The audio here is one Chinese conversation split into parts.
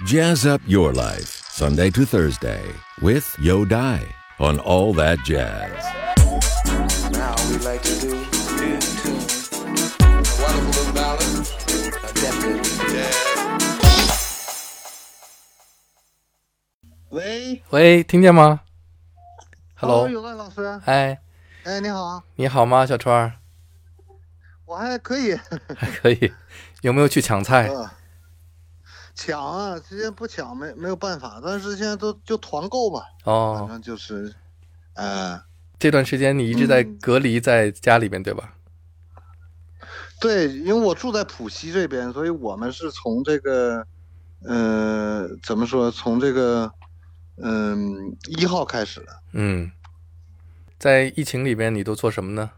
Jazz up your life, Sunday to Thursday, with Yo Dai on All That Jazz. Now we like to do in tune. A wonderful little ballad. Definitely. Yeah. 喂，听见吗 ？Hello， 有赖老师。 哎， 你好。 你好吗，小川儿？ 我还可以。 还可以。有没有去抢菜？ 抢啊，之前不抢没有办法，但是现在都就团购嘛。反正就是， 这段时间你一直在隔离在家里边，对吧？ 对，因为我住在浦西这边，所以我们是从这个，怎么说？从这个，1号开始的。 在疫情里边你都做什么呢？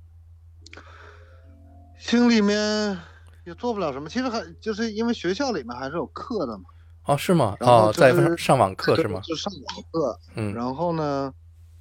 心里面也做不了什么，其实还就是因为学校里面还是有课的嘛。 哦，是吗？ 就是在上网课是吗？ 就上网课。然后呢，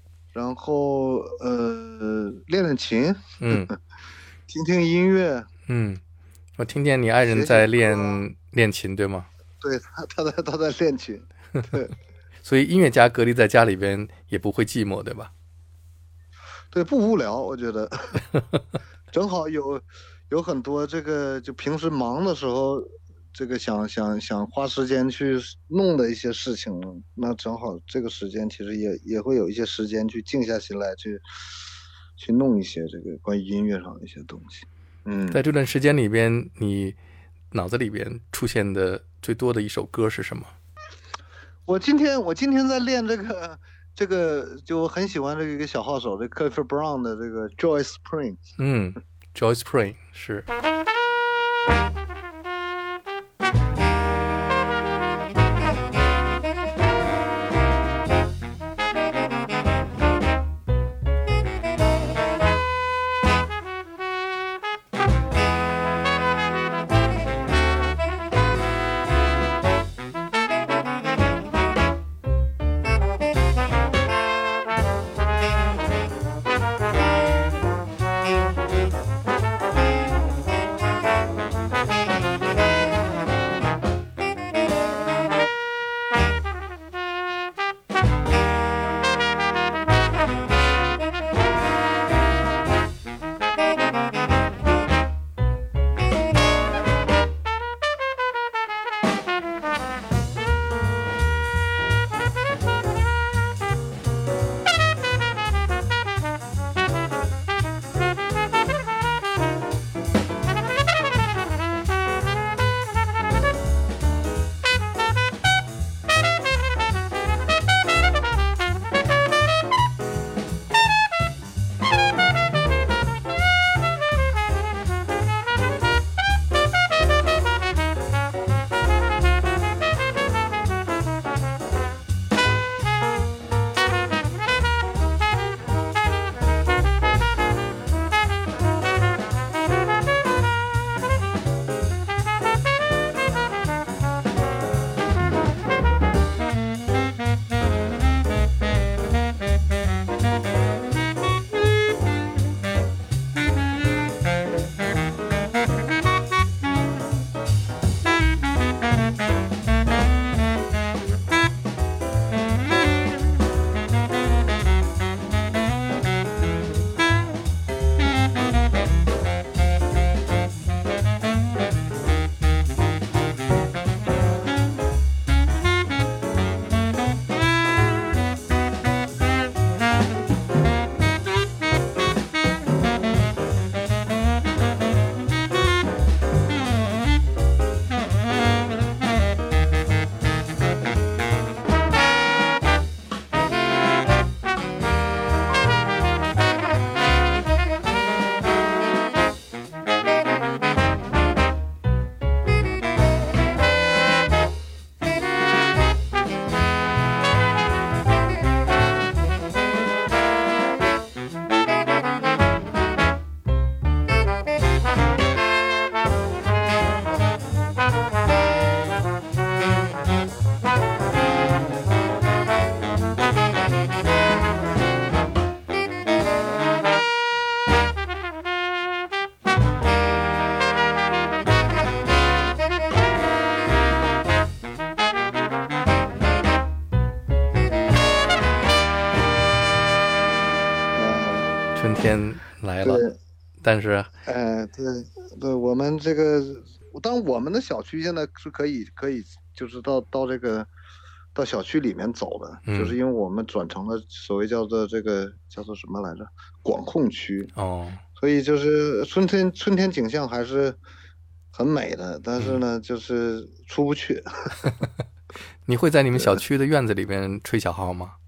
练练琴，听听音乐。 我听见你爱人在练琴，对吗？ 对，他在练琴。对。 所以音乐家隔离在家里边也不会寂寞，对吧？ 对，不无聊，我觉得。正好有很多这个就平时忙的时候，这个想花时间去弄的一些事情，那正好这个时间其实也会有一些时间去静下心来去弄一些这个关于音乐上的一些东西。 在这段时间里边，你脑子里边出现的最多的一首歌是什么？ 我今天在练这个就很喜欢这个一个小号手，这 Clifford Brown 的这个 Joyce Spring。Joyce Spring 是。 天来了， 对， 但是对，我们这个，当然我们的小区现在是可以，就是到这个到小区里面走的，就是因为我们转成了所谓叫做什么来着，管控区。 哦， 所以就是春天景象还是很美的，但是呢，就是出不去。 你会在你们小区的院子里边吹小号吗？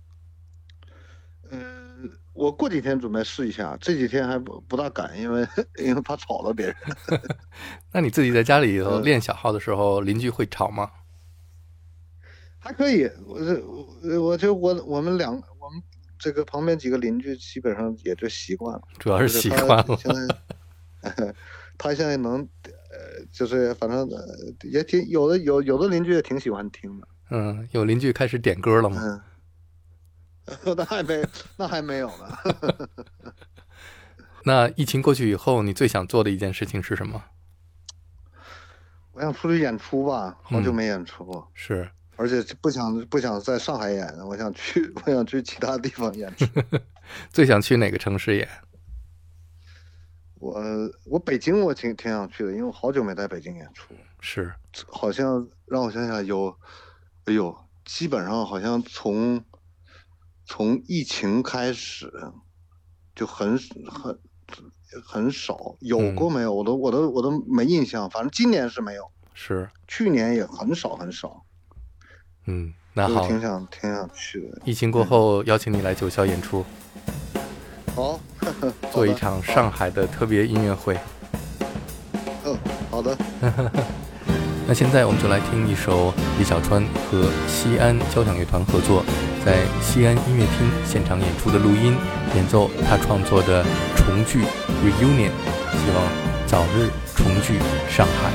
我过几天准备试一下，这几天还不大敢，因为怕吵到别人。 那你自己在家里头练小号的时候，邻居会吵吗？ 还可以，我们这个旁边几个邻居基本上也就习惯了， 主要是习惯了。 现在他现在能就是反正也挺有的邻居也挺喜欢听的。 有邻居开始点歌了吗？ 那还没有呢。 那疫情过去以后，你最想做的一件事情是什么？ 我想出去演出吧，好久没演出。 是， 而且不想在上海演，我想去其他地方演出。 最想去哪个城市演？ 我北京我挺想去的，因为我好久没在北京演出。 是， 好像让我想想基本上好像从疫情开始就很少，有过没有？我都没印象，反正今年是没有， 是， 去年也很少。 那好， 挺想去的。 疫情过后邀请你来九霄演出， 好， 做一场上海的特别音乐会。 好的。 那现在我们就来听一首李小川和西安交响乐团合作在西安音乐厅现场演出的录音，演奏他创作的重聚 Reunion， 希望早日重聚上海。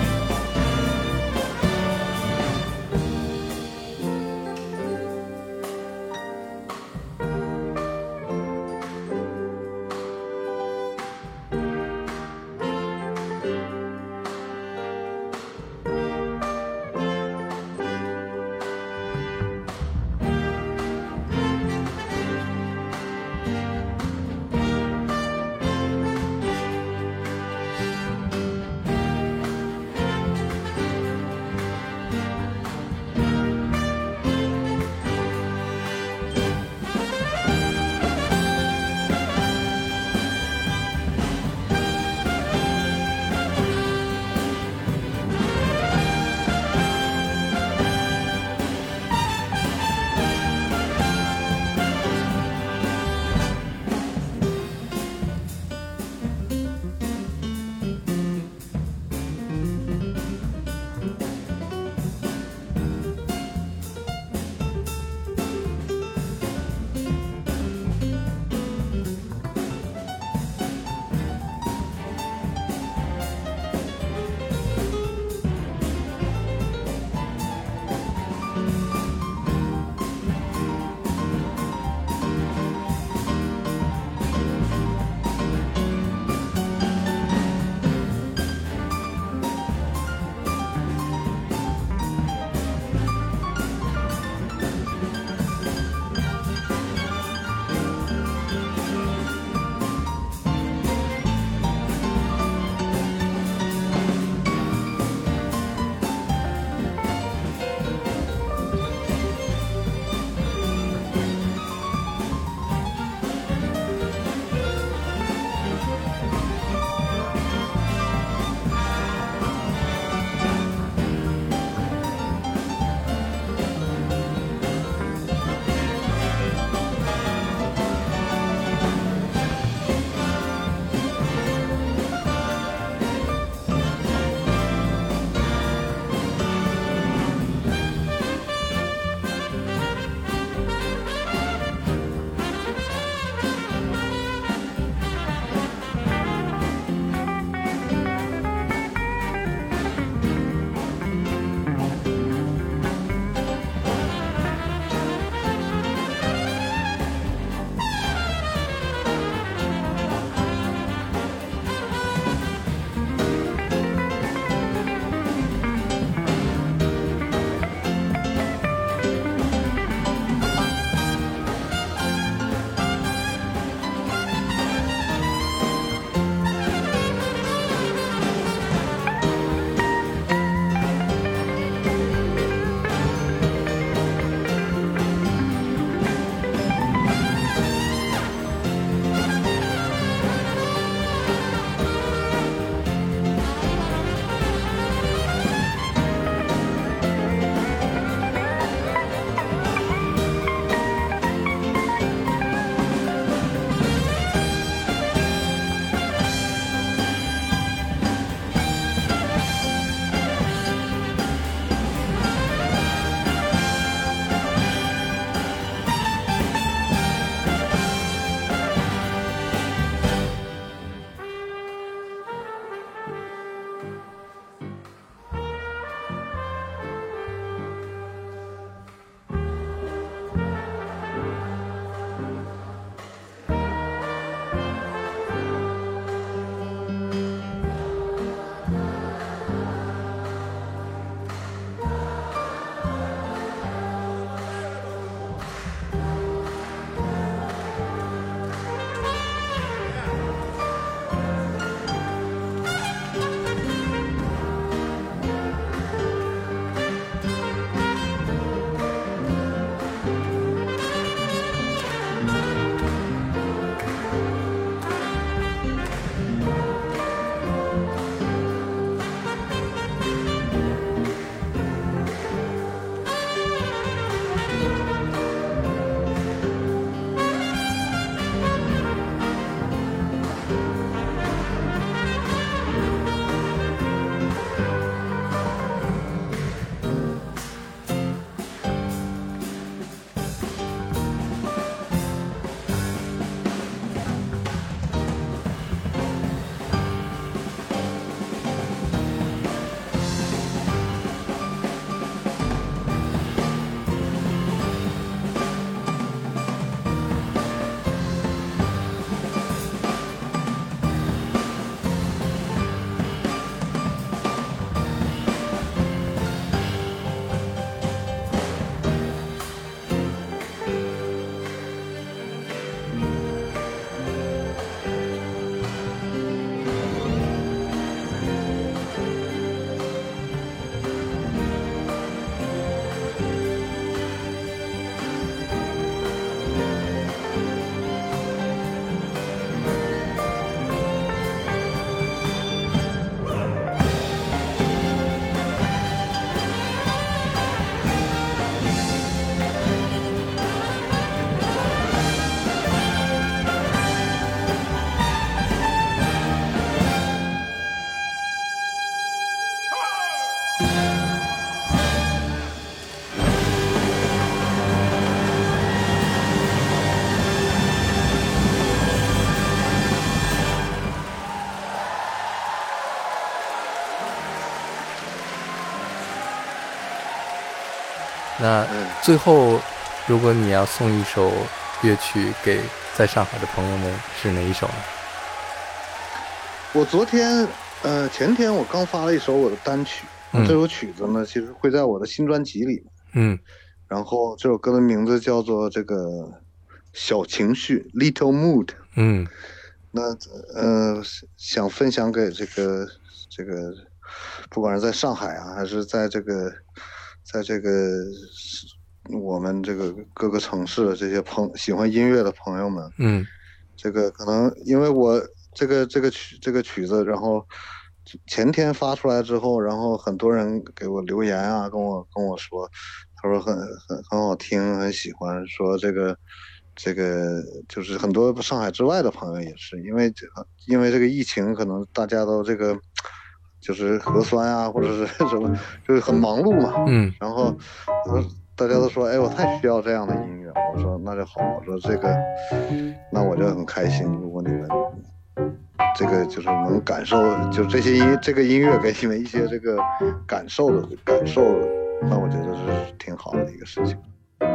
那最后，如果你要送一首乐曲给在上海的朋友们，是哪一首呢？ 我前天我刚发了一首我的单曲，这首曲子呢，其实会在我的新专辑里。然后这首歌的名字叫做这个小情绪 Little Mood。那想分享给这个不管是在上海啊，还是在这个我们这个各个城市的这些喜欢音乐的朋友们，这个可能因为我这个曲子，然后前天发出来之后，然后很多人给我留言啊，跟我说，他说很好听，很喜欢，说这个就是很多上海之外的朋友也是，因为这个疫情，可能大家都这个就是核酸啊，或者是什么，就是很忙碌嘛。然后大家都说，哎，我太需要这样的音乐。我说那就好，我说这个，那我就很开心。如果你们这个就是能感受，就这个音乐给你们一些这个感受，那我觉得是挺好的一个事情。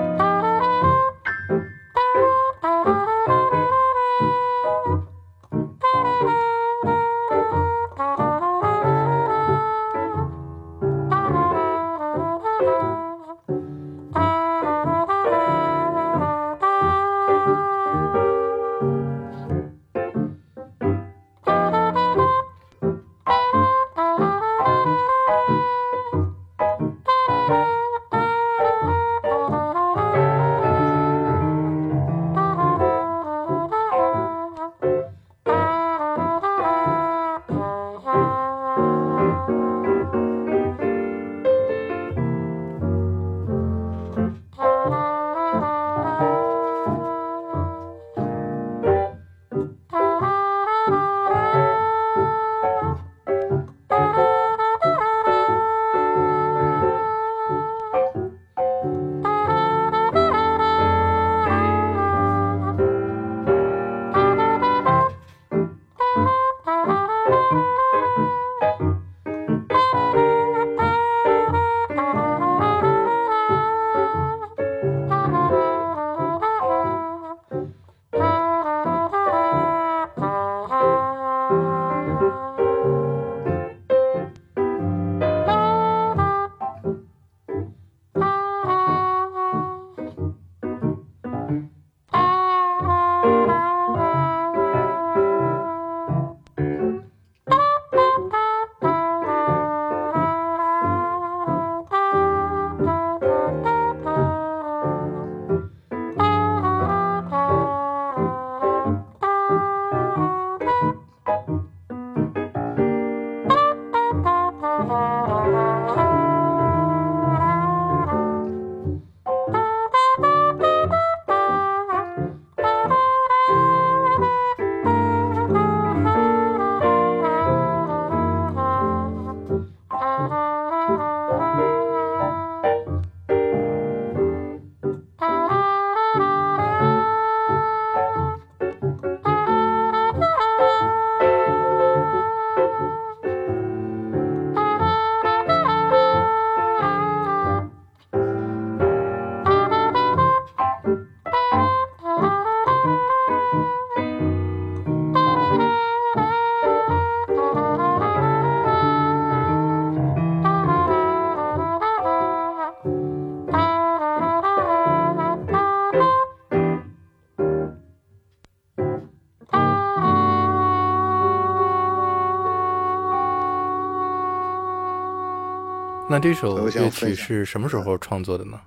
那这首乐曲是什么时候创作的呢？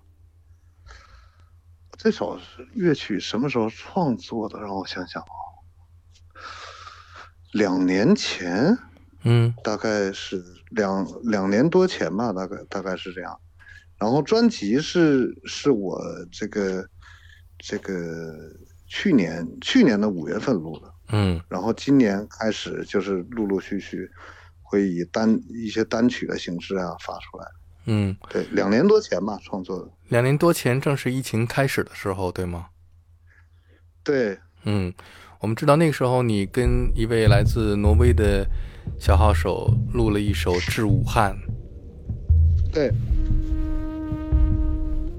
这首乐曲什么时候创作的？让我想想2年前，大概是两年多前吧，大概是这样。然后专辑是我这个去年的5月份录的，然后今年开始就是陆陆续续会以一些单曲的形式啊发出来。对，2年多前吧创作的。 2年多前正是疫情开始的时候，对吗？ 对。 我们知道那个时候你跟一位来自挪威的小号手录了一首《致武汉》。 对。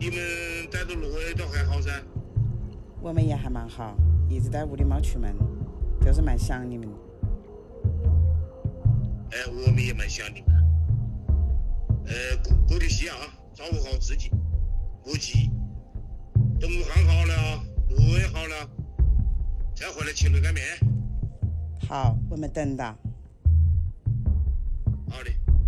你们在这路也都还好噻？ 我们也还蛮好，一直在屋里没出门，就是蛮想你们。 我们也蛮想你们。过得细啊，照顾好自己，不急。等武汉好了，路也好了，再回来吃热干面。 好，我们等到。 好的。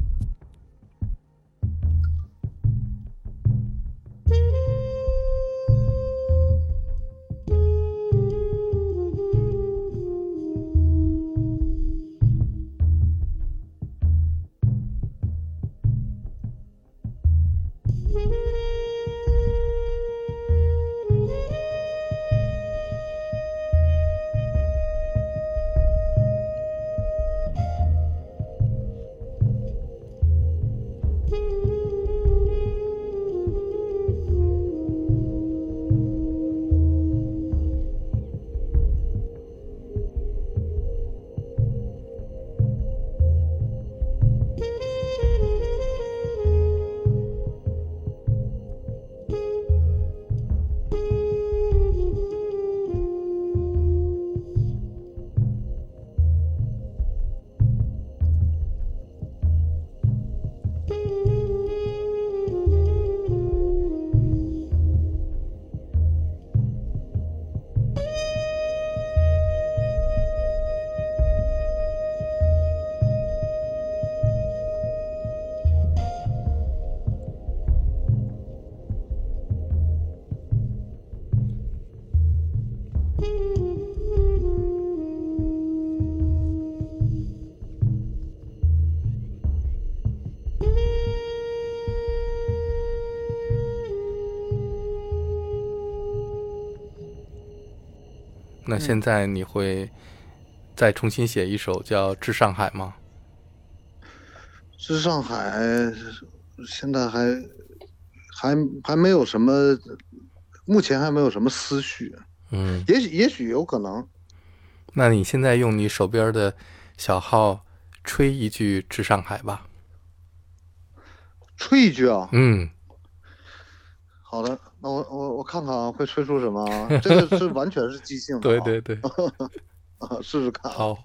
那现在你会再重新写一首叫《致上海》吗？ 致上海现在还没有什么，目前还没有什么思绪。也许有可能。 那你现在用你手边的小号吹一句《致上海》吧。 吹一句啊？ 好的，那我看看会吹出什么啊？这个是完全是即兴的。 对对对。 试试看。 好。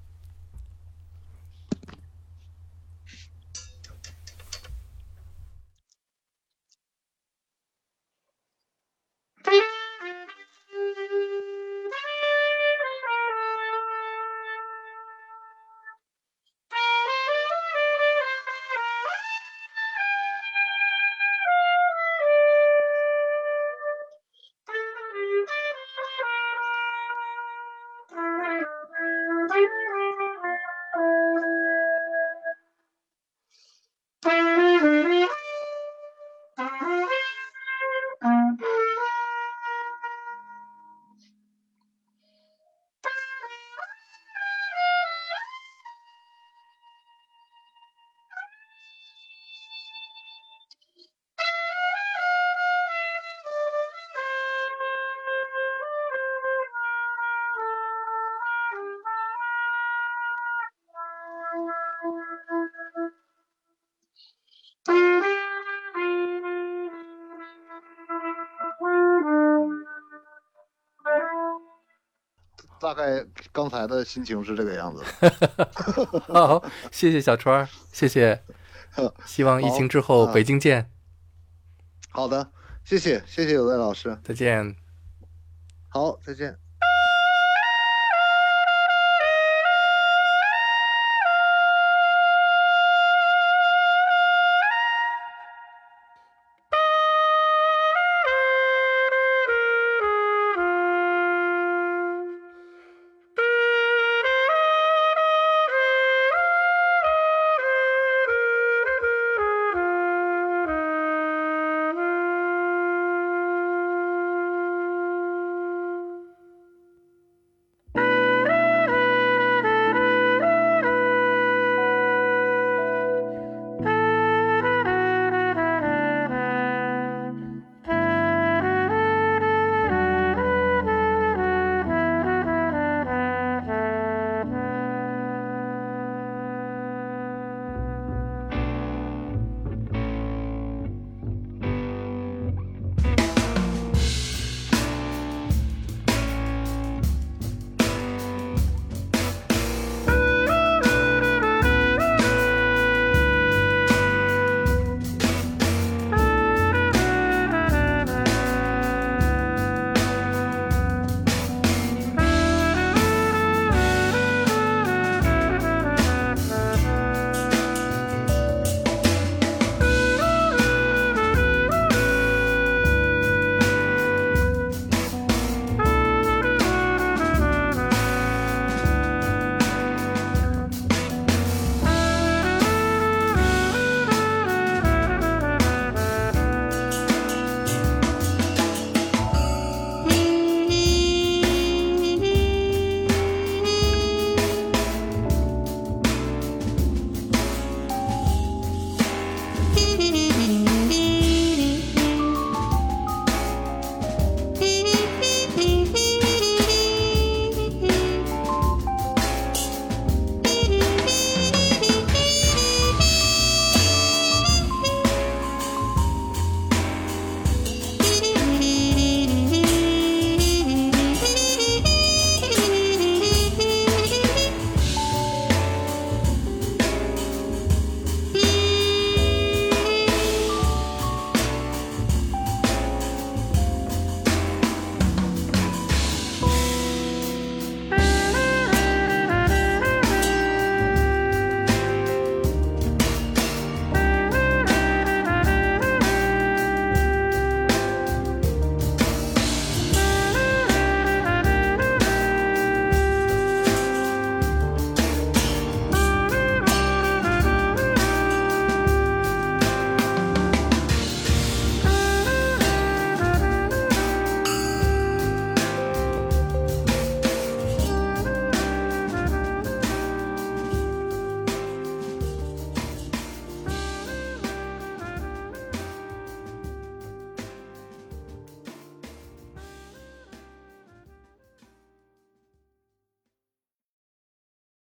大概刚才的心情是这个样子。 好，谢谢小川，谢谢。希望疫情之后北京见。 好的，谢谢有赖老师， 再见。 好，再见。